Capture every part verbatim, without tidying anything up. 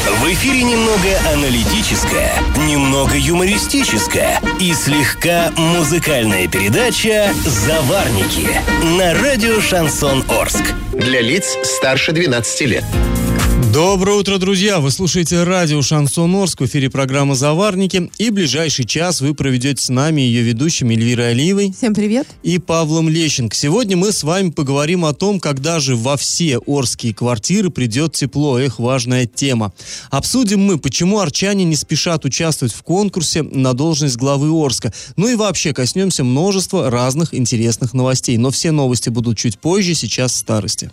В эфире немного аналитическая, немного юмористическая и слегка музыкальная передача «Заварники» на радио «Шансон Орск». Для лиц старше двенадцати лет. Доброе утро, друзья! Вы слушаете радио «Шансон Орск», в эфире программа «Заварники». И ближайший час вы проведете с нами ее ведущими Эльвирой Алиевой. Всем привет! И Павлом Лещенко. Сегодня мы с вами поговорим о том, когда же во все орские квартиры придет тепло. Эх, важная тема. Обсудим мы, почему орчане не спешат участвовать в конкурсе на должность главы Орска. Ну и вообще коснемся множества разных интересных новостей. Но все новости будут чуть позже, сейчас старости.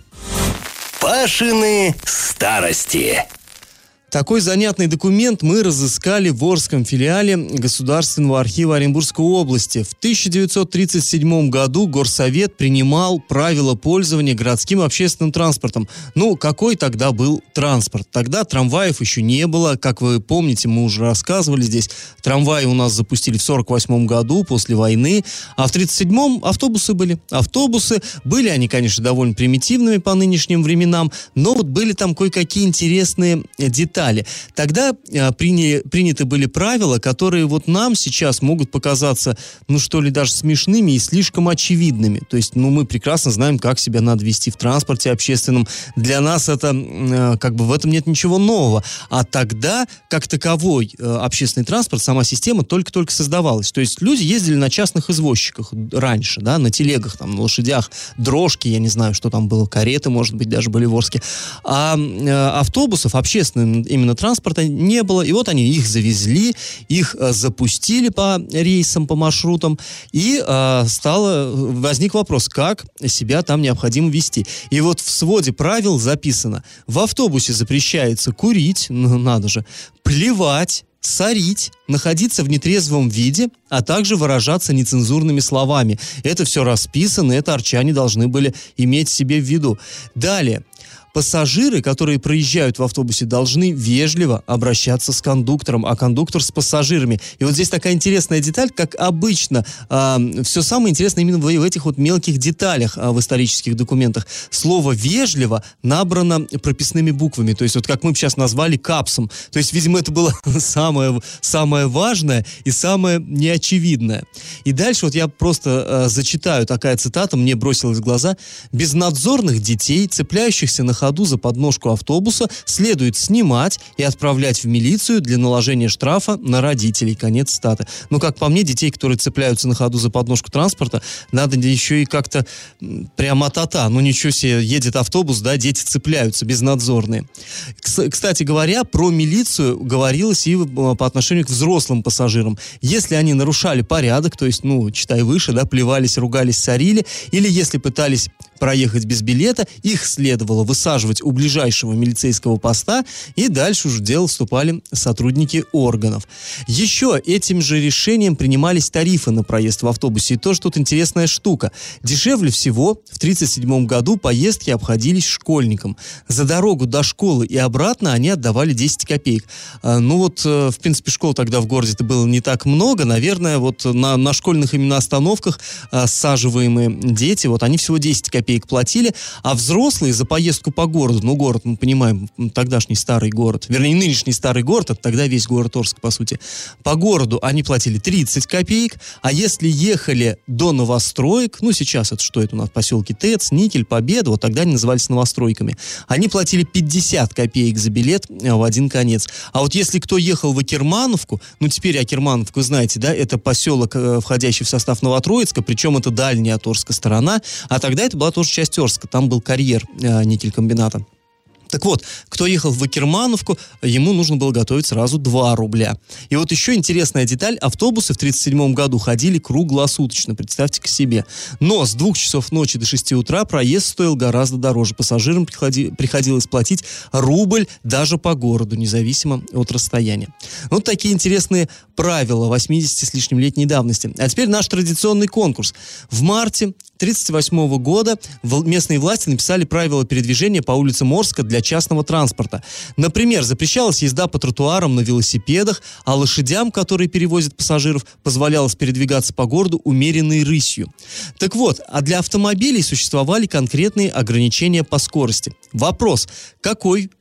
Пашины старости. Такой занятный документ мы разыскали в Орском филиале Государственного архива Оренбургской области. В тысяча девятьсот тридцать седьмом году Горсовет принимал правила пользования городским общественным транспортом. Ну, какой тогда был транспорт? Тогда трамваев еще не было. Как вы помните, мы уже рассказывали здесь. Трамваи у нас запустили в сорок восьмом году, после войны. А в тридцать седьмом автобусы были. Автобусы, были они, конечно, довольно примитивными по нынешним временам, но вот были там кое-какие интересные детали. Тогда а, приняли, приняты были правила, которые вот нам сейчас могут показаться, ну что ли, даже смешными и слишком очевидными. То есть, ну мы прекрасно знаем, как себя надо вести в транспорте общественном. Для нас это, э, как бы в этом нет ничего нового. А тогда, как таковой э, общественный транспорт, сама система только-только создавалась. То есть люди ездили на частных извозчиках раньше, да, на телегах, там, на лошадях, дрожки, я не знаю, что там было, кареты, может быть, даже были в Орске. А э, автобусов общественных именно транспорта не было, и вот они их завезли, их э, запустили по рейсам, по маршрутам, и э, стало, возник вопрос, как себя там необходимо вести. И вот в своде правил записано: в автобусе запрещается курить, ну надо же, плевать, сорить, находиться в нетрезвом виде, а также выражаться нецензурными словами. Это все расписано, это орчане должны были иметь себе в виду. Далее. Пассажиры, которые проезжают в автобусе, должны вежливо обращаться с кондуктором, а кондуктор с пассажирами. И вот здесь такая интересная деталь, как обычно, э, все самое интересное именно в, в этих вот мелких деталях э, в исторических документах. Слово «вежливо» набрано прописными буквами, то есть вот как мы сейчас назвали капсом. То есть, видимо, это было самое, самое важное и самое неочевидное. И дальше вот я просто э, зачитаю, такая цитата, мне бросилась в глаза. «Безнадзорных детей, цепляющихся на ходу за подножку автобуса, следует снимать и отправлять в милицию для наложения штрафа на родителей». Конец цитаты. Ну, как по мне, детей, которые цепляются на ходу за подножку транспорта, надо еще и как-то прямо та-та. Ну, ничего себе, едет автобус, да, дети цепляются, безнадзорные. Кстати говоря, про милицию говорилось и по отношению к взрослым пассажирам. Если они нарушали порядок, то есть, ну, читай выше, да, плевались, ругались, сорили, или если пытались проехать без билета, их следовало высаживать у ближайшего милицейского поста, и дальше уже в дело вступали сотрудники органов. Еще этим же решением принимались тарифы на проезд в автобусе. И тоже тут интересная штука. Дешевле всего в тридцать седьмом году поездки обходились школьникам. За дорогу до школы и обратно они отдавали десять копеек. А, ну вот, в принципе, школ тогда в городе-то было не так много. Наверное, вот на, на школьных именно остановках а, саживаемые дети, вот они всего десять копеек платили, а взрослые за поездку по городу, ну город, мы понимаем, тогдашний старый город, вернее, нынешний старый город, это тогда весь город Орск, по сути, по городу они платили тридцать копеек, а если ехали до новостроек, ну сейчас это что это у нас, поселки ТЭЦ, Никель, Победа, вот тогда они назывались новостройками, они платили пятьдесят копеек за билет в один конец. А вот если кто ехал в Акермановку, ну теперь Акермановку, вы знаете, да, это поселок, входящий в состав Новотроицка, причем это дальняя от Орска сторона, а тогда это была тоже часть Орска, там был карьер э, никелькомбината. Так вот, кто ехал в Акермановку, ему нужно было готовить сразу два рубля. И вот еще интересная деталь, автобусы в тридцать седьмом году ходили круглосуточно, представьте-ка себе. Но с двух часов ночи до шести утра проезд стоил гораздо дороже. Пассажирам приходи, приходилось платить рубль даже по городу, независимо от расстояния. Вот такие интересные правила восьмидесяти с лишним летней давности. А теперь наш традиционный конкурс. В марте тридцать восьмого года местные власти написали правила передвижения по улицам Орска для частного транспорта. Например, запрещалась езда по тротуарам на велосипедах, а лошадям, которые перевозят пассажиров, позволялось передвигаться по городу умеренной рысью. Так вот, а для автомобилей существовали конкретные ограничения по скорости. Вопрос, какой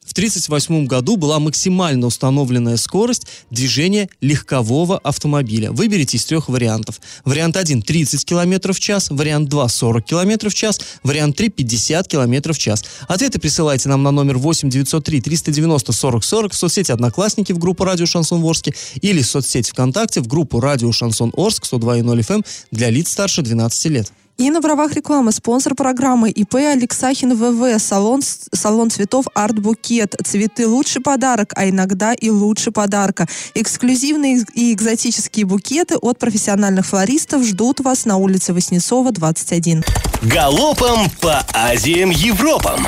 в тридцать восьмом году была максимально установленная скорость движения легкового автомобиля. Выберите из трех вариантов. Вариант один – тридцать километров в час, вариант два – сорок километров в час, вариант три – пятьдесят километров в час. Ответы присылайте нам на номер восемь девятьсот три триста девяносто сорок сорок в соцсети «Одноклассники» в группу «Радио Шансон Орске» или в соцсети ВКонтакте в группу «Радио Шансон Орск» сто два и ноль эф эм для лиц старше двенадцати лет. И на правах рекламы спонсор программы ИП Алексахин ВВ, салон, салон цветов Арт Букет. Цветы лучший подарок, а иногда и лучше подарка. Эксклюзивные и экзотические букеты от профессиональных флористов ждут вас на улице Васнецова, двадцать один. Галопом по Азиям Европам!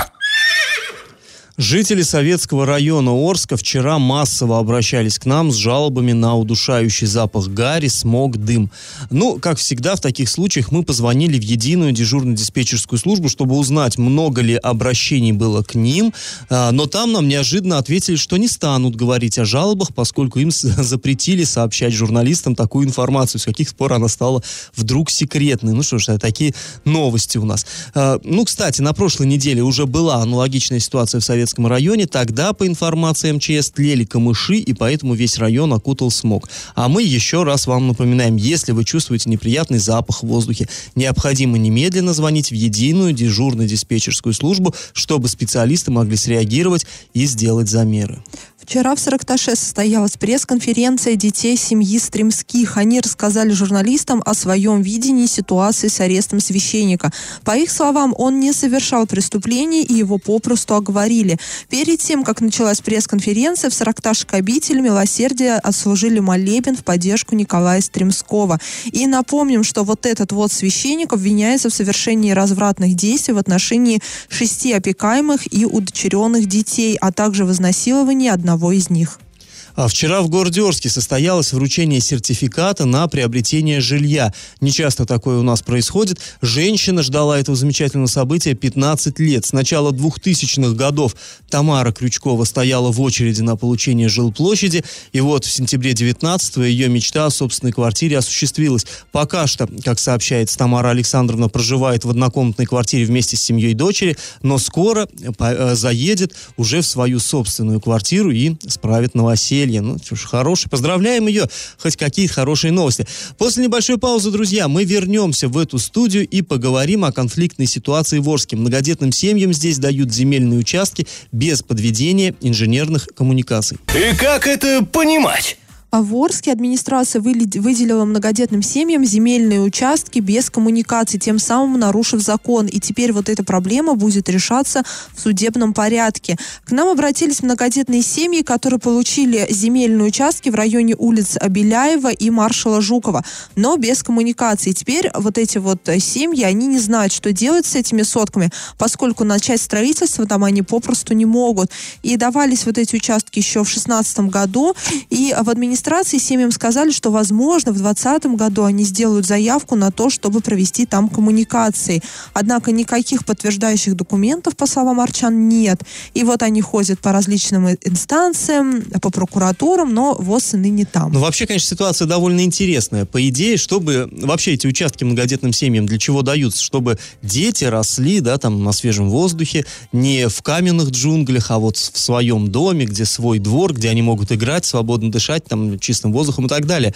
Жители Советского района Орска вчера массово обращались к нам с жалобами на удушающий запах гари, смог, дым. Ну, как всегда, в таких случаях мы позвонили в единую дежурно-диспетчерскую службу, чтобы узнать, много ли обращений было к ним. Но там нам неожиданно ответили, что не станут говорить о жалобах, поскольку им запретили сообщать журналистам такую информацию. С каких пор она стала вдруг секретной. Ну что ж, такие новости у нас. Ну, кстати, на прошлой неделе уже была аналогичная ситуация в Советском районе. Тогда, по информации эм че эс, тлели камыши, и поэтому весь район окутал смог. А мы еще раз вам напоминаем, если вы чувствуете неприятный запах в воздухе, необходимо немедленно звонить в единую дежурно-диспетчерскую службу, чтобы специалисты могли среагировать и сделать замеры. Вчера в Сарыкташе состоялась пресс-конференция детей семьи Стримских. Они рассказали журналистам о своем видении ситуации с арестом священника. По их словам, он не совершал преступлений, и его попросту оговорили. Перед тем, как началась пресс-конференция, в Сарыкташской обители милосердия отслужили молебен в поддержку Николая Стримского. И напомним, что вот этот вот священник обвиняется в совершении развратных действий в отношении шести опекаемых и удочеренных детей, а также в изнасиловании одного из них. А вчера в городе Орске состоялось вручение сертификата на приобретение жилья. Нечасто такое у нас происходит. Женщина ждала этого замечательного события пятнадцать лет. С начала двухтысячных годов Тамара Крючкова стояла в очереди на получение жилплощади. И вот в сентябре девятнадцатого ее мечта о собственной квартире осуществилась. Пока что, как сообщает Тамара Александровна, проживает в однокомнатной квартире вместе с семьей дочери, но скоро заедет уже в свою собственную квартиру и справит новоселье. Ну, что ж, хороший. Поздравляем ее. Хоть какие-то хорошие новости. После небольшой паузы, друзья, мы вернемся в эту студию и поговорим о конфликтной ситуации в Орске. Многодетным семьям здесь дают земельные участки без подведения инженерных коммуникаций. И как это понимать? А в Орске администрация выделила многодетным семьям земельные участки без коммуникаций, тем самым нарушив закон. И теперь вот эта проблема будет решаться в судебном порядке. К нам обратились многодетные семьи, которые получили земельные участки в районе улиц Беляева и маршала Жукова, но без коммуникаций. Теперь вот эти вот семьи, они не знают, что делать с этими сотками, поскольку начать строительство там они попросту не могут. И давались вот эти участки еще в шестнадцатом году, и в администрации семьям сказали, что, возможно, в двадцатом году они сделают заявку на то, чтобы провести там коммуникации. Однако никаких подтверждающих документов, по словам арчан, нет. И вот они ходят по различным инстанциям, по прокуратурам, но ВОС и ныне там. Ну, вообще, конечно, ситуация довольно интересная. По идее, чтобы вообще эти участки многодетным семьям для чего даются? Чтобы дети росли, да, там, на свежем воздухе, не в каменных джунглях, а вот в своем доме, где свой двор, где они могут играть, свободно дышать, там, чистым воздухом и так далее.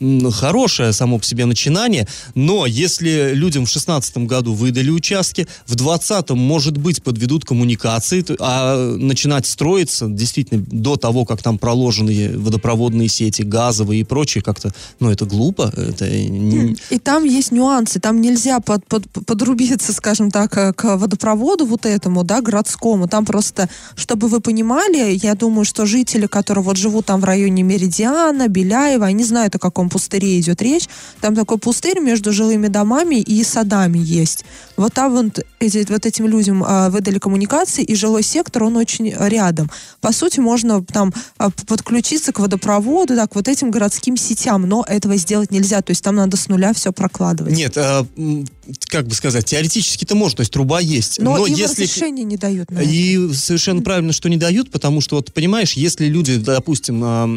Хорошее само по себе начинание, но если людям в шестнадцатом году выдали участки, в двадцатом, может быть, подведут коммуникации, а начинать строиться действительно до того, как там проложены водопроводные сети, газовые и прочее, как-то, ну, это глупо. Это не... И там есть нюансы, там нельзя под, под, подрубиться, скажем так, к водопроводу вот этому, да, городскому. Там просто, чтобы вы понимали, я думаю, что жители, которые вот живут там в районе Меридиана, Беляева, они знают, о каком пустыре идет речь. Там такой пустырь между жилыми домами и садами есть. Вот там вот, эти, вот этим людям а, выдали коммуникации, и жилой сектор, он очень рядом. По сути, можно там а, подключиться к водопроводу, да, к вот этим городским сетям, но этого сделать нельзя. То есть там надо с нуля все прокладывать. Нет, а, как бы сказать, теоретически-то можно, то есть труба есть. Но, но им если... разрешения не дают на И это. совершенно правильно, что не дают, потому что, вот понимаешь, если люди, допустим,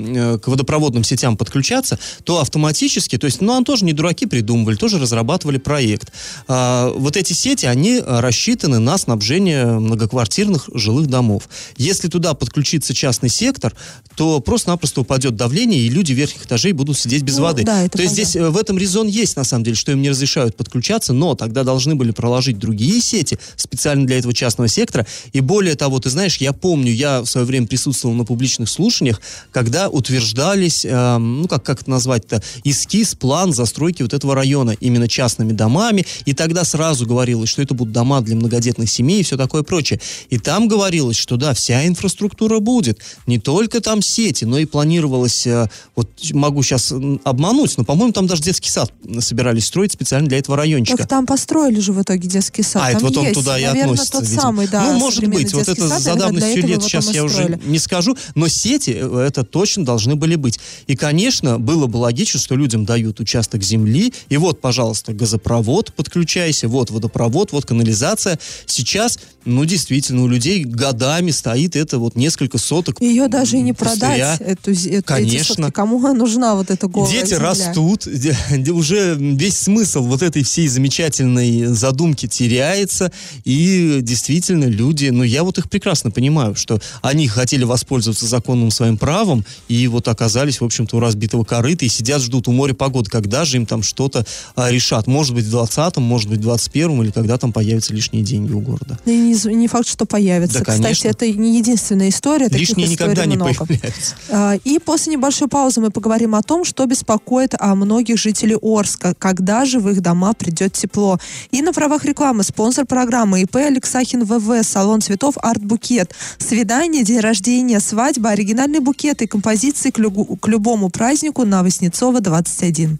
к водопроводным сетям подключаться, то автоматически, то есть, ну, они тоже не дураки придумывали, тоже разрабатывали проект. А, вот эти сети, они рассчитаны на снабжение многоквартирных жилых домов. Если туда подключится частный сектор, то просто-напросто упадет давление, и люди верхних этажей будут сидеть без Ну, воды. да, это то есть понятно. здесь в этом резон есть, на самом деле, что им не разрешают подключаться, но тогда должны были проложить другие сети специально для этого частного сектора. И более того, ты знаешь, я помню, я в свое время присутствовал на публичных слушаниях, когда утверждались, э, ну как, как это назвать-то, эскиз, план застройки вот этого района именно частными домами. И тогда сразу говорилось, что это будут дома для многодетных семей и все такое прочее. И там говорилось, что да, вся инфраструктура будет. Не только там сети, но и планировалось, э, вот могу сейчас обмануть, но, по-моему, там даже детский сад собирались строить специально для этого райончика. Так там построили же в итоге детский сад. А, там это вот он есть, туда и наверное, относится, тот видимо. самый, да, Ну, может современный быть, вот детский это сад, за наверное, давностью для этого лет его сейчас там и я уже строили. не скажу, но сети э, это точно должны были быть. И, конечно, было бы логично, что людям дают участок земли, и вот, пожалуйста, газопровод, подключайся, вот водопровод, вот канализация. Сейчас, ну, действительно, у людей годами стоит это вот несколько соток Ее даже и не пустыря. продать, эту, зе- эту, эти Конечно. сотки. Кому нужна вот эта голая Дети земля? растут, де- де- уже весь смысл вот этой всей замечательной задумки теряется, и действительно люди, ну я вот их прекрасно понимаю, что они хотели воспользоваться законным своим правом, и вот оказались, в общем-то, у разбитого корыта, и сидят, ждут у моря погоды, когда же им там что-то а, решат. Может быть, в двадцатом, может быть, в двадцать первом, или когда там появятся лишние деньги у города. И не, не факт, что появится. Да, Кстати, конечно. это не единственная история. Таких Лишние историй никогда не много. появляются. А, И после небольшой паузы мы поговорим о том, что беспокоит о многих жителей Орска. Когда же в их дома придет тепло? И на правах рекламы спонсор программы ИП Алексахин ВВ, салон цветов Арт-Букет. Свидание, день рождения, свадьба, оригинальные букеты и композиции к, любу- к любому празднику на Васнецова, двадцать один.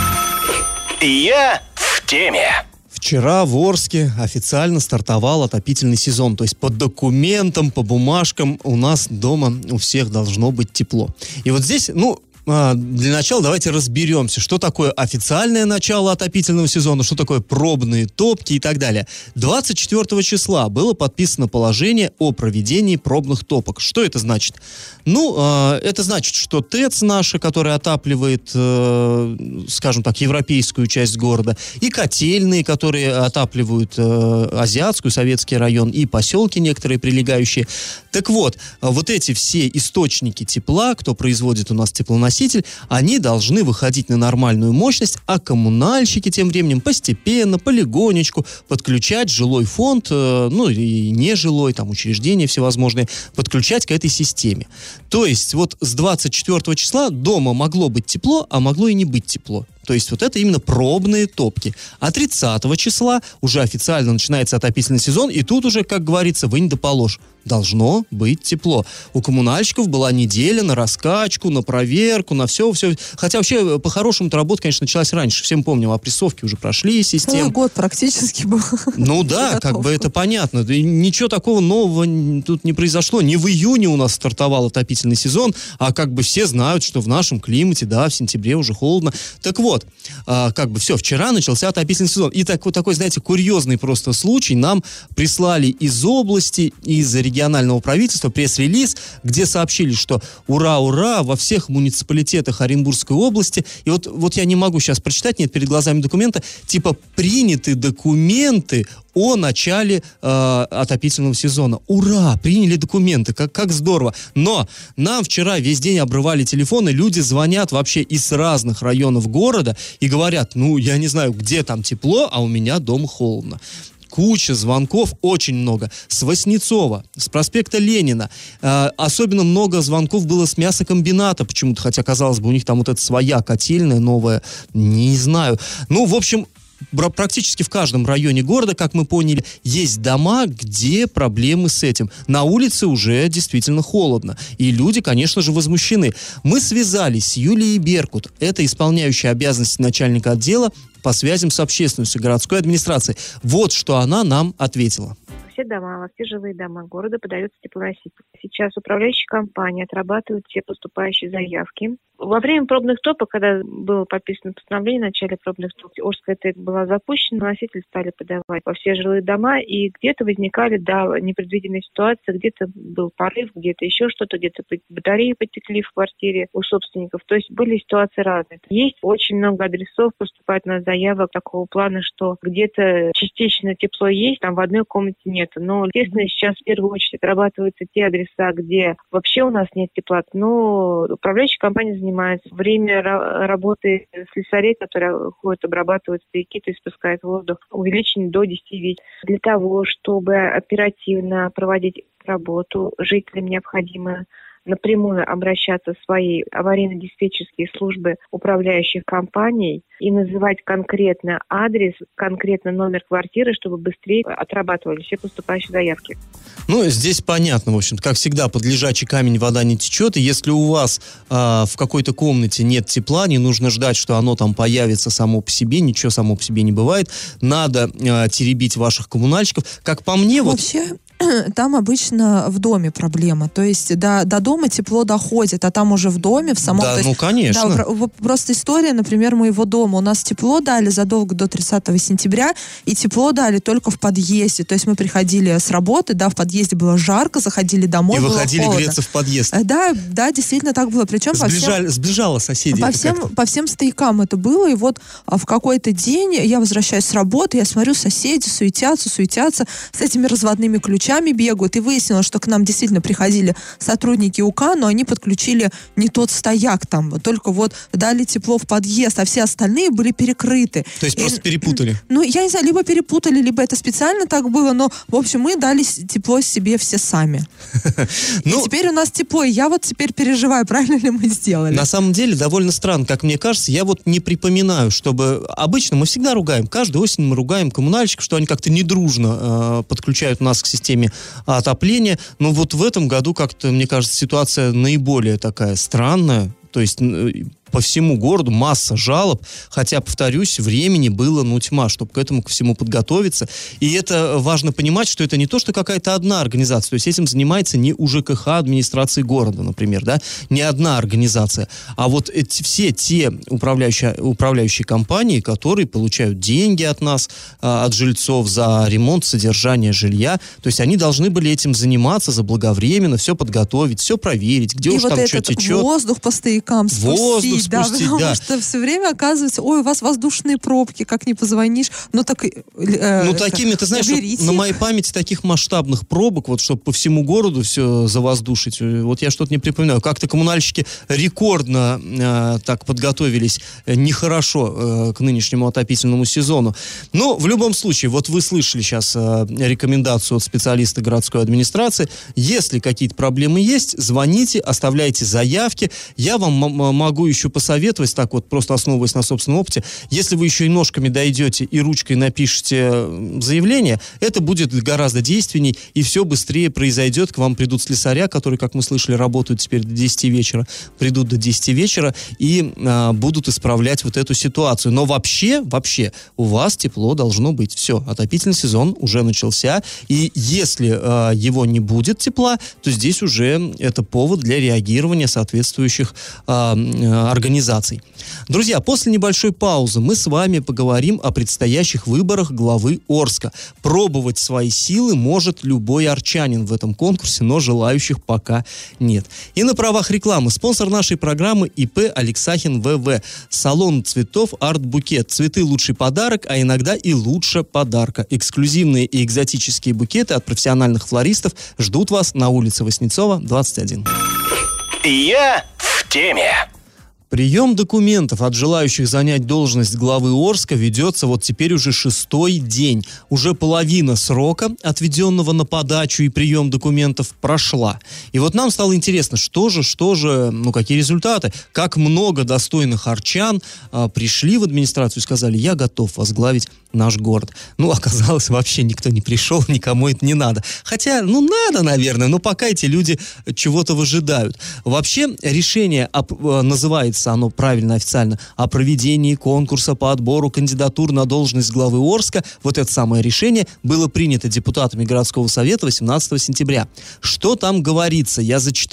Я в теме. Вчера в Орске официально стартовал отопительный сезон. То есть по документам, по бумажкам у нас дома у всех должно быть тепло. И вот здесь, ну, а, для начала давайте разберемся, что такое официальное начало отопительного сезона, что такое пробные топки и так далее. двадцать четвёртого числа было подписано положение о проведении пробных топок. Что это значит? Ну, э, это значит, что ТЭЦ наша, которая отапливает, э, скажем так, европейскую часть города, и котельные, которые отапливают э, азиатскую, советский район, и поселки некоторые прилегающие. Так вот, вот эти все источники тепла, кто производит у нас теплоноситель, они должны выходить на нормальную мощность, а коммунальщики тем временем постепенно, полигонечку подключать жилой фонд, э, ну и нежилой, там учреждения всевозможные, подключать к этой системе. То есть вот с двадцать четвёртого числа дома могло быть тепло, а могло и не быть тепло. То есть вот это именно пробные топки. А тридцатого числа уже официально начинается отопительный сезон, и тут уже, как говорится, вынь да положь. Должно быть тепло. У коммунальщиков была неделя на раскачку, на проверку, на все, все. Хотя вообще, по-хорошему, работа, конечно, началась раньше. Всем помним, опрессовки уже прошли системы. Целый год практически был. Ну да, как бы это понятно. Да и ничего такого нового н- тут не произошло. Не в июне у нас стартовал отопительный сезон, а как бы все знают, что в нашем климате, да, в сентябре уже холодно. Так вот, а, как бы все, вчера начался отопительный сезон. И так, вот такой, знаете, курьезный просто случай. Нам прислали из области, из регионального правительства пресс-релиз, где сообщили, что ура, ура, во всех муниципалитетах Оренбургской области, и вот, вот я не могу сейчас прочитать, нет перед глазами документа, типа приняты документы о начале э, отопительного сезона. Ура! Приняли документы, как, как здорово. Но нам вчера весь день обрывали телефоны, люди звонят вообще из разных районов города и говорят, ну, я не знаю, где там тепло, а у меня дома холодно. Куча звонков, очень много. С Васнецова, с проспекта Ленина. Э, особенно много звонков было с мясокомбината почему-то, хотя, казалось бы, у них там вот эта своя котельная новая, не знаю. Ну, в общем, бра- практически в каждом районе города, как мы поняли, есть дома, где проблемы с этим. На улице уже действительно холодно. И люди, конечно же, возмущены. Мы связались с Юлией Беркут, это исполняющая обязанности начальника отдела по связям с общественностью городской администрации. Вот что она нам ответила. Все дома, во все жилые дома города подаются теплоносители. Сейчас управляющие компании отрабатывают все поступающие заявки Во время пробных топов, когда было подписано постановление в начале пробных топов, Орская ТЭЦ была запущена, носители стали подавать во все жилые дома, и где-то возникали, да, непредвиденные ситуации, где-то был порыв, где-то еще что-то, где-то батареи потекли в квартире у собственников. То есть были ситуации разные. Есть очень много адресов, поступает на заявок такого плана, что где-то частично тепло есть, там в одной комнате нет. Но, естественно, сейчас в первую очередь отрабатываются те адреса, где вообще у нас нет тепла. Но управляющая компания занимается. Время работы слесарей, которые ходят, обрабатывают стояки, то есть спускают воздух, увеличено до десяти вечера. Для того, чтобы оперативно проводить работу, жителям необходимо напрямую обращаться в свои аварийно-диспетчерские службы управляющих компаний и называть конкретно адрес, конкретно номер квартиры, чтобы быстрее отрабатывали все поступающие заявки. Ну, здесь понятно, в общем-то, как всегда, под лежачий камень вода не течет, и если у вас э, в какой-то комнате нет тепла, не нужно ждать, что оно там появится само по себе, ничего само по себе не бывает, надо э, теребить ваших коммунальщиков. Как по мне, Вообще... вот... Там обычно в доме проблема. То есть до, до дома тепло доходит, а там уже в доме, в самом... Да, то есть, ну, конечно. Да, просто история, например, моего дома. У нас тепло дали задолго до тридцатого сентября, и тепло дали только в подъезде. То есть мы приходили с работы, да, в подъезде было жарко, заходили домой, и было выходили холодно. греться в подъезд. Да, да, действительно так было. Причем Сближали, по всем... Сближало соседей. По всем, по всем стоякам это было, и вот а, в какой-то день я возвращаюсь с работы, я смотрю, соседи суетятся, суетятся, с этими разводными ключами бегают, и выяснилось, что к нам действительно приходили сотрудники УК, но они подключили не тот стояк там, только вот дали тепло в подъезд, а все остальные были перекрыты. То есть и, просто перепутали? Ну, я не знаю, либо перепутали, либо это специально так было, но, в общем, мы дали тепло себе все сами. И теперь у нас тепло, и я вот теперь переживаю, правильно ли мы сделали. На самом деле, довольно странно, как мне кажется, я вот не припоминаю, чтобы... Обычно мы всегда ругаем, каждую осень мы ругаем коммунальщиков, что они как-то недружно э, подключают нас к системе отопления, но вот в этом году как-то, мне кажется, ситуация наиболее такая странная, то есть по всему городу масса жалоб, хотя, повторюсь, времени было, ну, тьма, чтобы к этому ко всему подготовиться. И это важно понимать, что это не то, что какая-то одна организация, то есть этим занимается не УЖКХ администрации города, например, да, не одна организация, а вот эти, все те управляющие, управляющие компании, которые получают деньги от нас, от жильцов за ремонт, содержание жилья, то есть они должны были этим заниматься заблаговременно, все подготовить, все проверить, где и уж вот там что течет. Воздух по стоякам спустить. Воздух Да, спустить, потому да. что все время оказывается, ой, у вас воздушные пробки, как не позвонишь, ну так... Э, ну такими, ты знаешь, на моей памяти таких масштабных пробок, вот чтобы по всему городу все завоздушить, вот я что-то не припоминаю. Как-то коммунальщики рекордно э, так подготовились э, нехорошо э, к нынешнему отопительному сезону. Но в любом случае, вот вы слышали сейчас э, рекомендацию от специалиста городской администрации. Если какие-то проблемы есть, звоните, оставляйте заявки. Я вам могу могу еще посоветовать, так вот, просто основываясь на собственном опыте, если вы еще и ножками дойдете и ручкой напишите заявление, это будет гораздо действенней, и все быстрее произойдет. К вам придут слесаря, которые, как мы слышали, работают теперь до десяти вечера, придут до десяти вечера и а, будут исправлять вот эту ситуацию. Но вообще, вообще, у вас тепло должно быть. Все, отопительный сезон уже начался, и если а, его не будет тепла, то здесь уже это повод для реагирования соответствующих а, организаций. Друзья, после небольшой паузы мы с вами поговорим о предстоящих выборах главы Орска. Пробовать свои силы может любой орчанин в этом конкурсе, но желающих пока нет. И на правах рекламы спонсор нашей программы ИП Алексахин ВВ. Салон цветов Арт-букет. Цветы — лучший подарок, а иногда и лучше подарка. Эксклюзивные и экзотические букеты от профессиональных флористов ждут вас на улице Васнецова, двадцать один. Я в теме. Прием документов от желающих занять должность главы Орска ведется вот теперь уже шестой день. Уже половина срока, отведенного на подачу и прием документов, прошла. И вот нам стало интересно, что же, что же, ну какие результаты, как много достойных орчан а, пришли в администрацию и сказали: я готов возглавить наш город. Ну, оказалось, вообще никто не пришел, никому это не надо. Хотя, ну, надо, наверное, но пока эти люди чего-то выжидают. Вообще, решение об, называется оно правильно, официально, о проведении конкурса по отбору кандидатур на должность главы Орска. Вот это самое решение было принято депутатами городского совета восемнадцатого сентября. Что там говорится? Я зачитаю.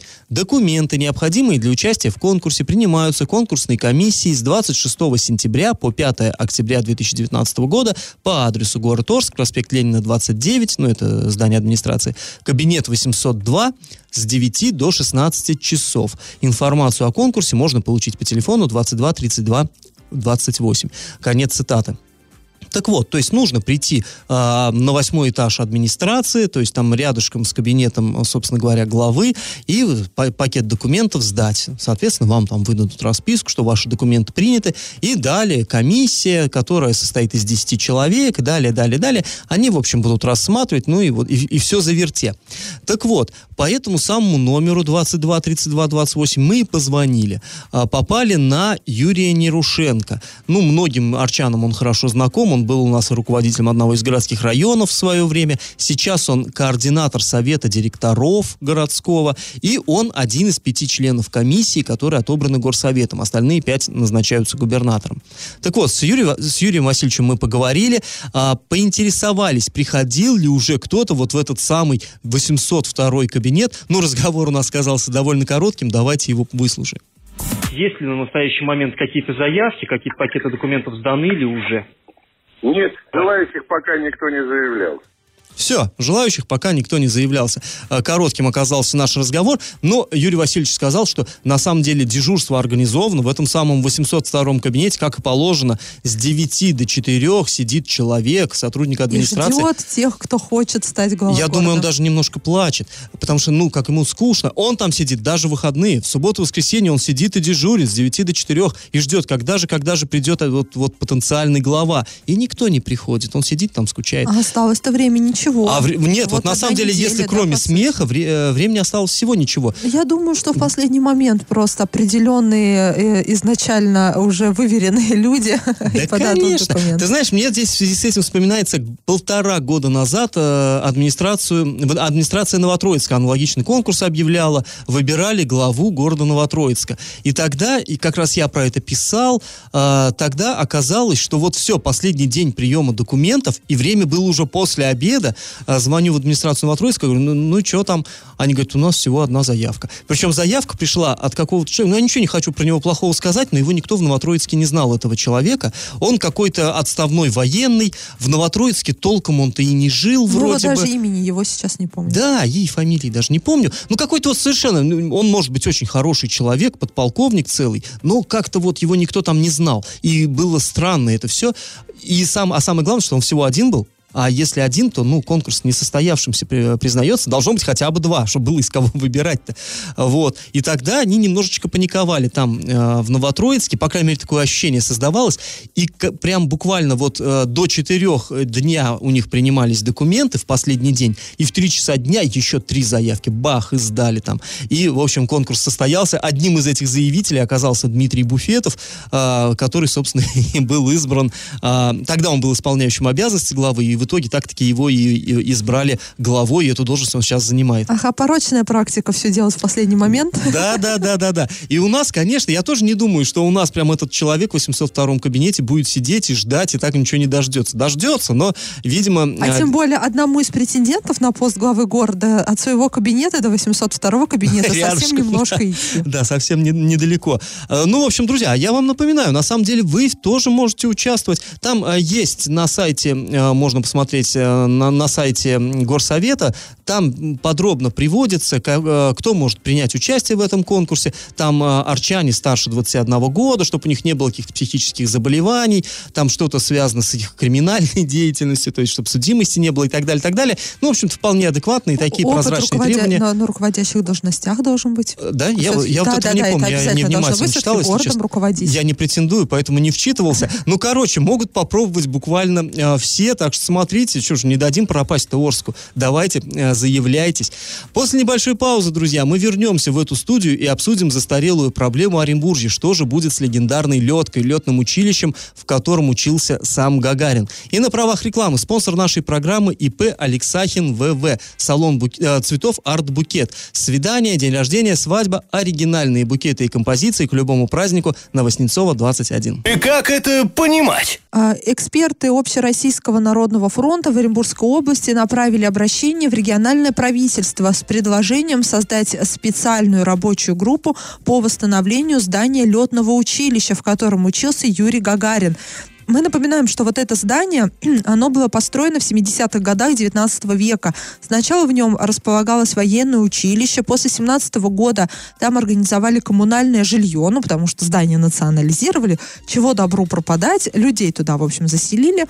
Документы, необходимые для участия в конкурсе, принимаются конкурсной комиссией с двадцать шестого сентября по пятого октября две тысячи девятнадцатого года по адресу город Орск, проспект Ленина, двадцать девять, ну это здание администрации, кабинет восемьсот два, с девяти до шестнадцати часов. Информацию о конкурсе можно получить по телефону двадцать два тридцать два двадцать восемь. Конец цитаты. Так вот, то есть нужно прийти э, на восьмой этаж администрации, то есть там рядышком с кабинетом, собственно говоря, главы, и па- пакет документов сдать. Соответственно, вам там выдадут расписку, что ваши документы приняты, и далее комиссия, которая состоит из десяти человек, далее, далее, далее, они, в общем, будут рассматривать, ну и вот, и, и все заверте. Так вот, по этому самому номеру двадцать два тридцать два двадцать восемь мы и позвонили. Э, попали на Юрия Нерушенко. Ну, многим арчанам он хорошо знаком, он был у нас руководителем одного из городских районов в свое время. Сейчас он координатор совета директоров городского, и он один из пяти членов комиссии, которые отобраны горсоветом. Остальные пять назначаются губернатором. Так вот, с, Юрием, с Юрием Васильевичем мы поговорили, а, поинтересовались, приходил ли уже кто-то вот в этот самый восемьсот второй кабинет. Ну, разговор у нас оказался довольно коротким, давайте его выслушаем. Есть ли на настоящий момент какие-то заявки, какие-то пакеты документов сданы или уже? Нет, желающих пока никто не заявлял. Все, желающих пока никто не заявлялся. Коротким оказался наш разговор, но Юрий Васильевич сказал, что на самом деле дежурство организовано в этом самом восемьсот втором кабинете, как и положено, с девяти до четырёх сидит человек, сотрудник администрации. И ждет тех, кто хочет стать главой Я города. думаю, он даже немножко плачет, потому что, ну, как ему скучно. Он там сидит даже в выходные. В субботу-воскресенье он сидит и дежурит с девяти до четырёх и ждет, когда же, когда же придет вот, вот потенциальный глава. И никто не приходит. Он сидит там, скучает. А осталось-то времени ничего. А вре- нет, вот, вот на самом деле, неделя, если да, кроме смеха, вре- времени осталось всего ничего. Я думаю, что в последний момент просто определенные э, изначально уже выверенные люди Да, подадут конечно. документы. Ты знаешь, мне здесь в связи с этим вспоминается полтора года назад э, администрацию, администрация Новотроицка аналогичный конкурс объявляла, выбирали главу города Новотроицка. И тогда, и как раз я про это писал, э, тогда оказалось, что вот все, последний день приема документов, и время было уже после обеда, э, звоню в администрацию Новотроицка, говорю, ну, ну что там? Они говорят, у нас всего одна заявка. Причем заявка пришла от какого-то человека, ну я ничего не хочу про него плохого сказать, но его никто в Новотроицке не знал, этого человека. Он какой-то отставной военный, в Новотроицке толком он-то и не жил Ну, вроде даже бы. имени его сейчас не помню. Да, ей фамилии даже не помню. Ну, какой-то вот совершенно, ну, он может быть очень хороший человек, подполковник целый, но как-то вот его никто там не знал. И было странно это все. И сам, а самое главное, что он всего один был. А если один, то, ну, конкурс несостоявшимся при, признается. Должно быть хотя бы два, чтобы было из кого выбирать-то. Вот. И тогда они немножечко паниковали там, э, в Новотроицке. По крайней мере, такое ощущение создавалось. И к- прям буквально вот э, до четырех дня у них принимались документы в последний день. И в три часа дня еще три заявки. Бах, и сдали там. И, в общем, конкурс состоялся. Одним из этих заявителей оказался Дмитрий Буфетов, э, который, собственно, и был избран. Э, тогда он был исполняющим обязанности главы, и в итоге так-таки его и, и избрали главой, и эту должность он сейчас занимает. Ага, порочная практика все делать в последний момент. Да, да, да, да, да. И у нас, конечно, я тоже не думаю, что у нас прям этот человек в восемьсот втором кабинете будет сидеть и ждать, и так ничего не дождется. Дождется, но, видимо... А э, тем более одному из претендентов на пост главы города от своего кабинета до восемьсот второго кабинета совсем рядышком, немножко да. идти. Да, совсем не- недалеко. Э, Ну, в общем, друзья, я вам напоминаю, на самом деле вы тоже можете участвовать. Там э, есть на сайте, э, можно посмотреть э, на, на сайте Горсовета, там подробно приводится, ка- э, кто может принять участие в этом конкурсе. Там э, арчане старше двадцати одного года, чтобы у них не было каких-то психических заболеваний, там что-то связано с их криминальной деятельностью, то есть чтобы судимости не было и так далее, так далее. Ну, в общем-то, вполне адекватные такие Опыт прозрачные руководя- требования. На, на руководящих должностях должен быть. Да, я, Всё-таки- я да, вот этого да, не да, помню, это я обязательно должно невнимательно быть, читал, всё-таки если городом честно. руководить. Я не претендую, поэтому не вчитывался. Ну, короче, могут попробовать буквально э, все, так что смотрите, что ж, не дадим пропасть-то Орску. Давайте, э, заявляйтесь. После небольшой паузы, друзья, мы вернемся в эту студию и обсудим застарелую проблему Оренбуржья. Что же будет с легендарной леткой, летным училищем, в котором учился сам Гагарин. И на правах рекламы спонсор нашей программы ИП Алексахин ВВ. Салон бук... э, цветов Арт-Букет. Свидание, день рождения, свадьба, оригинальные букеты и композиции к любому празднику на Васнецова, двадцать один. И как это понимать? А, Эксперты Общероссийского народного фронта в Оренбургской области направили обращение в региональное правительство с предложением создать специальную рабочую группу по восстановлению здания летного училища, в котором учился Юрий Гагарин. Мы напоминаем, что вот это здание, оно было построено в семидесятых годах девятнадцатого века. Сначала в нем располагалось военное училище. После семнадцатого года там организовали коммунальное жилье, ну, потому что здание национализировали. Чего добру пропадать? Людей туда, в общем, заселили.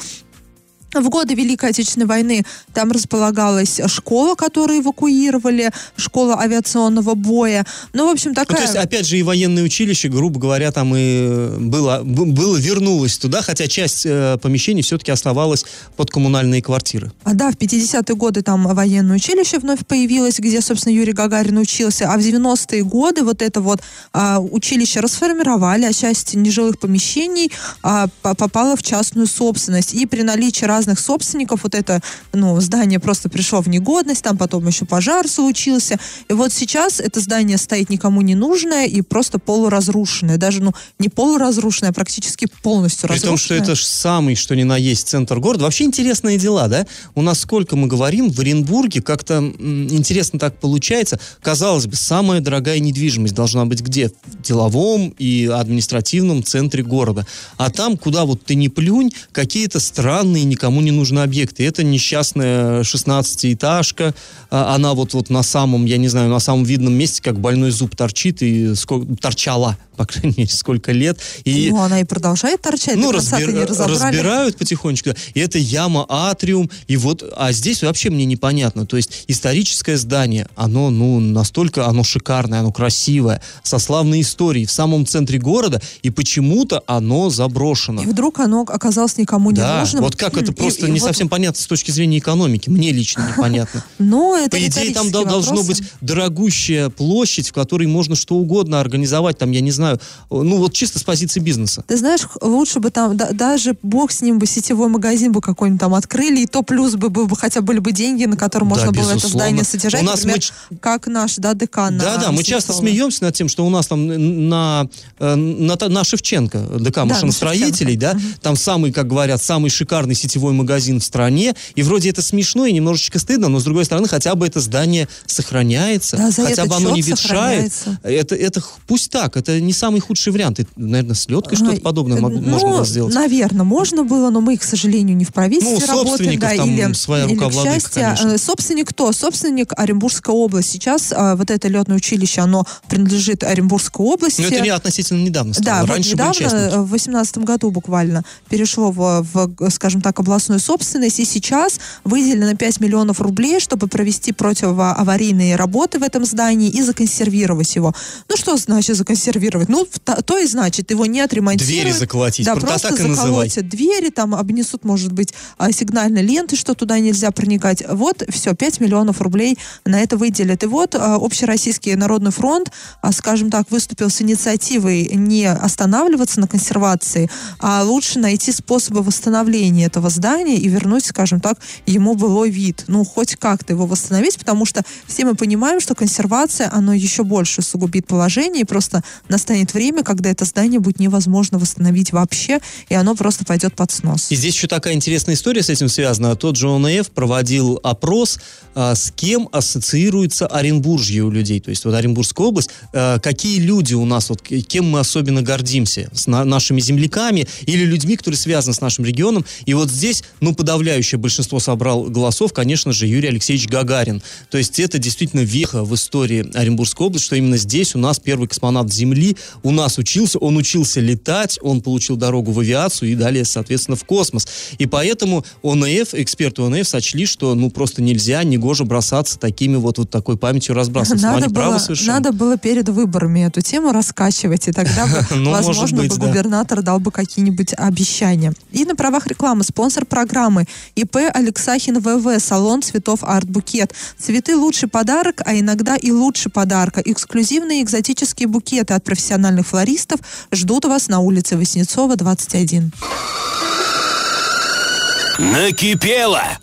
В годы Великой Отечественной войны там располагалась школа, которую эвакуировали, школа авиационного боя. Ну, в общем, такая... Ну, то есть, опять же, и военное училище, грубо говоря, там и было, было вернулось туда, хотя часть э, помещений все-таки оставалась под коммунальные квартиры. А да, в пятидесятые годы там военное училище вновь появилось, где, собственно, Юрий Гагарин учился, а в девяностые годы вот это вот а, училище расформировали, а часть нежилых помещений а, попала в частную собственность. И при наличии разных разных собственников, вот это, ну, здание просто пришло в негодность, там потом еще пожар случился, и вот сейчас это здание стоит никому не нужное и просто полуразрушенное, даже, ну, не полуразрушенное, а практически полностью разрушенное. При том, что это же самый, что ни на есть, центр города. Вообще интересные дела, да? У нас сколько мы говорим, в Оренбурге как-то м, интересно так получается. Казалось бы, самая дорогая недвижимость должна быть где? В деловом и административном центре города. А там, куда вот ты ни плюнь, какие-то странные, никому не нужны объекты. Это несчастная шестнадцатиэтажка, она вот, вот на самом, я не знаю, на самом видном месте, как больной зуб торчит, и сколько, торчала, по крайней мере, сколько лет. И, ну, она и продолжает торчать, ну, до конца разбир, не разобрали. Разбирают потихонечку. И это яма, атриум, и вот, а здесь вообще мне непонятно. То есть историческое здание, оно, ну, настолько, оно шикарное, оно красивое, со славной историей, в самом центре города, и почему-то оно заброшено. И вдруг оно оказалось никому не да, нужным. вот как это просто и, не и совсем вот... понятно с точки зрения экономики. Мне лично непонятно. Но это по идее, там вопросы. Должно быть дорогущая площадь, в которой можно что угодно организовать, там, я не знаю, ну вот чисто с позиции бизнеса. Ты знаешь, лучше бы там, да, даже бог с ним бы, сетевой магазин бы какой-нибудь там открыли, и то плюс бы, бы хотя бы были бы деньги, на которые можно да, было безусловно. Это здание содержать. У нас например, мы... как наш, да, ДК. Да, да, мы часто смеемся над тем, что у нас там на, на, на, на Шевченко, ДК да, машиностроителей, да, там самый, как говорят, самый шикарный сетевой магазин в стране, и вроде это смешно и немножечко стыдно, но с другой стороны, хотя бы это здание сохраняется, да, хотя бы оно не ветшает. Это, это пусть так, это не самый худший вариант. И, наверное, с лёдкой что-то подобное ну, можно было сделать. Наверное, можно было, но мы, к сожалению, не в правительстве ну, работаем. Да, там или, своя или, рука к владыка, счастью, конечно. Собственник кто? Собственник Оренбургская область. Сейчас а, вот это летное училище, оно принадлежит Оренбургской области. Но это не относительно недавно стало. Да, раньше вот недавно, в восемнадцатом году буквально, перешло в, в, скажем так, областную собственность, и сейчас выделено пять миллионов рублей, чтобы провести противоаварийные работы в этом здании и законсервировать его. Ну, что значит законсервировать? Ну, то и значит, его не отремонтируют. Двери заколотить, да, просто так и заколотят двери, там обнесут, может быть, сигнальные ленты, что туда нельзя проникать. Вот, все, пять миллионов рублей на это выделят. И вот Общероссийский народный фронт, скажем так, выступил с инициативой не останавливаться на консервации, а лучше найти способы восстановления этого здания и вернуть, скажем так, ему былой вид. Ну, хоть как-то его восстановить, потому что все мы понимаем, что консервация, оно еще больше усугубит положение, и просто настанет время, когда это здание будет невозможно восстановить вообще, и оно просто пойдет под снос. И здесь еще такая интересная история с этим связана. Тот же О Н Ф проводил опрос, а, с кем ассоциируется Оренбуржье у людей. То есть вот Оренбургская область, а, какие люди у нас, вот кем мы особенно гордимся? С на, нашими земляками или людьми, которые связаны с нашим регионом. И вот здесь, ну, подавляющее большинство собрал голосов, конечно же, Юрий Алексеевич Гагарин. То есть это действительно веха в истории Оренбургской области, что именно здесь у нас первый космонавт Земли, у нас учился, он учился летать, он получил дорогу в авиацию и далее, соответственно, в космос. И поэтому О Н Ф, эксперты О Н Ф сочли, что, ну, просто нельзя, негоже бросаться такими вот, вот такой памятью разбрасываться. Надо, они было, правы совершенно. Надо было перед выборами эту тему раскачивать, и тогда бы, возможно, губернатор дал бы какие-нибудь обещания. И на правах рекламы спонсор программы И П Алексахин В В, салон цветов Арт Букет. Цветы — лучший подарок, а иногда и лучше подарка. Эксклюзивные экзотические букеты от профессиональных флористов ждут вас на улице Васнецова, двадцать один. Накипело!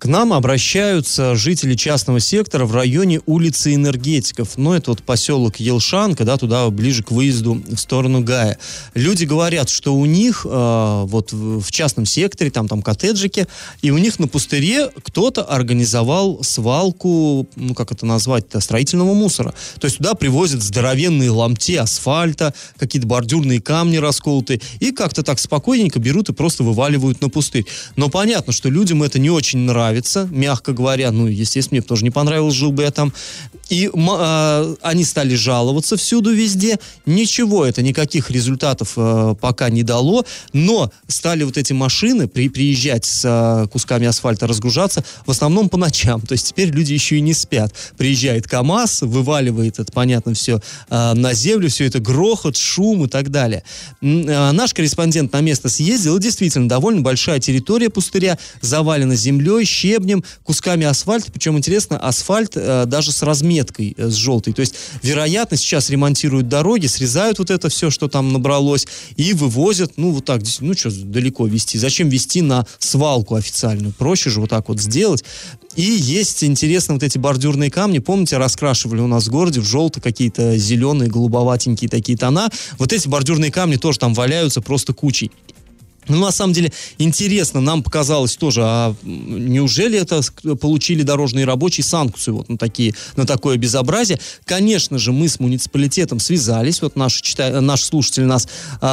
К нам обращаются жители частного сектора в районе улицы Энергетиков. Ну, это вот поселок Елшанка, да, туда ближе к выезду в сторону Гая. Люди говорят, что у них э, вот в, в частном секторе, там, там коттеджики, и у них на пустыре кто-то организовал свалку, ну, как это назвать-то, строительного мусора. То есть туда привозят здоровенные ломти асфальта, какие-то бордюрные камни расколотые, и как-то так спокойненько берут и просто вываливают на пустырь. Но понятно, что людям это не очень нравится, мягко говоря. Ну, естественно, мне тоже не понравилось, жил бы я там. И э, они стали жаловаться всюду, везде. Ничего это, никаких результатов э, пока не дало. Но стали вот эти машины при, приезжать с э, кусками асфальта, разгружаться в основном по ночам. То есть теперь люди еще и не спят. Приезжает КАМАЗ, вываливает это, понятно, все э, на землю, все это грохот, шум и так далее. Э, наш корреспондент на место съездил, и действительно довольно большая территория пустыря завалена землей, щебнем, кусками асфальта. Причем, интересно, асфальт э, даже с разметкой, э, с желтой. То есть, вероятно, сейчас ремонтируют дороги, срезают вот это все, что там набралось, и вывозят, ну, вот так, ну, что далеко везти? Зачем везти на свалку официальную? Проще же вот так вот сделать. И есть, интересно, вот эти бордюрные камни, помните, раскрашивали у нас в городе в желто какие-то зеленые, голубоватенькие такие тона. Вот эти бордюрные камни тоже там валяются просто кучей. Ну, на самом деле, интересно, нам показалось тоже, а неужели это получили дорожные рабочие санкцию вот на, такие, на такое безобразие? Конечно же, мы с муниципалитетом связались, вот наши, чита... наши слушатели нас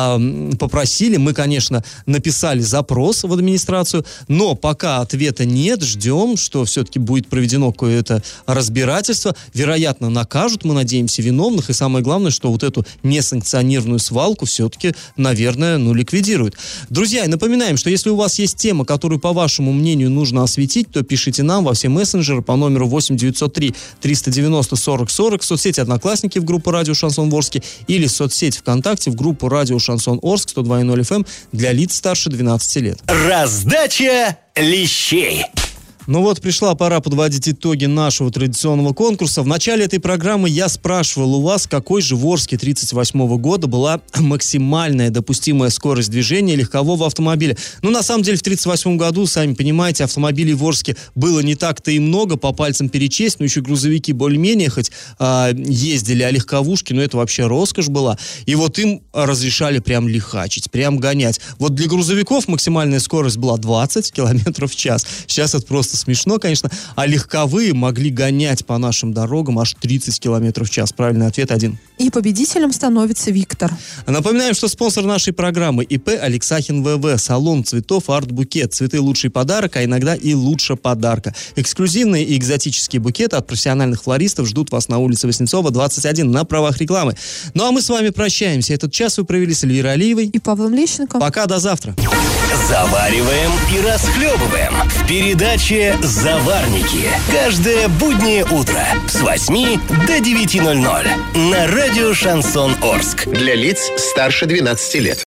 э, попросили, мы, конечно, написали запрос в администрацию, но пока ответа нет, ждем, что все-таки будет проведено какое-то разбирательство, вероятно, накажут, мы надеемся, виновных, и самое главное, что вот эту несанкционированную свалку все-таки, наверное, ну, ликвидируют. Друзья, напоминаем, что если у вас есть тема, которую, по вашему мнению, нужно осветить, то пишите нам во все мессенджеры по номеру восемь девятьсот три триста девяносто сорок сорок, в соцсети «Одноклассники» в группу «Радио Шансон Орске» или в соцсети ВКонтакте в группу «Радио Шансон Орск» сто два и ноль эф эм для лиц старше двенадцати лет. Раздача лещей. Ну вот, пришла пора подводить итоги нашего традиционного конкурса. В начале этой программы я спрашивал у вас, какой же в Орске тридцать восьмого года была максимальная допустимая скорость движения легкового автомобиля. Ну, на самом деле, в тридцать восьмом году, сами понимаете, автомобилей в Орске было не так-то и много, по пальцам перечесть, но еще грузовики более-менее хоть а, ездили, а легковушки, ну, это вообще роскошь была. И вот им разрешали прям лихачить, прям гонять. Вот для грузовиков максимальная скорость была двадцать километров в час. Сейчас это просто смешно, конечно, а легковые могли гонять по нашим дорогам аж тридцать километров в час. Правильный ответ один. И победителем становится Виктор. Напоминаем, что спонсор нашей программы ИП Алексахин ВВ, салон цветов Арт-Букет. Цветы — лучший подарок, а иногда и лучше подарка. Эксклюзивные и экзотические букеты от профессиональных флористов ждут вас на улице Васнецова, двадцать один, на правах рекламы. Ну а мы с вами прощаемся. Этот час вы провели с Эльвирой Алиевой и Павлом Лещенко. Пока, до завтра. Завариваем и расхлебываем в передаче «Заварники». Каждое буднее утро с восьми до девяти ноль ноль на радио «Шансон Орск». Для лиц старше двенадцати лет.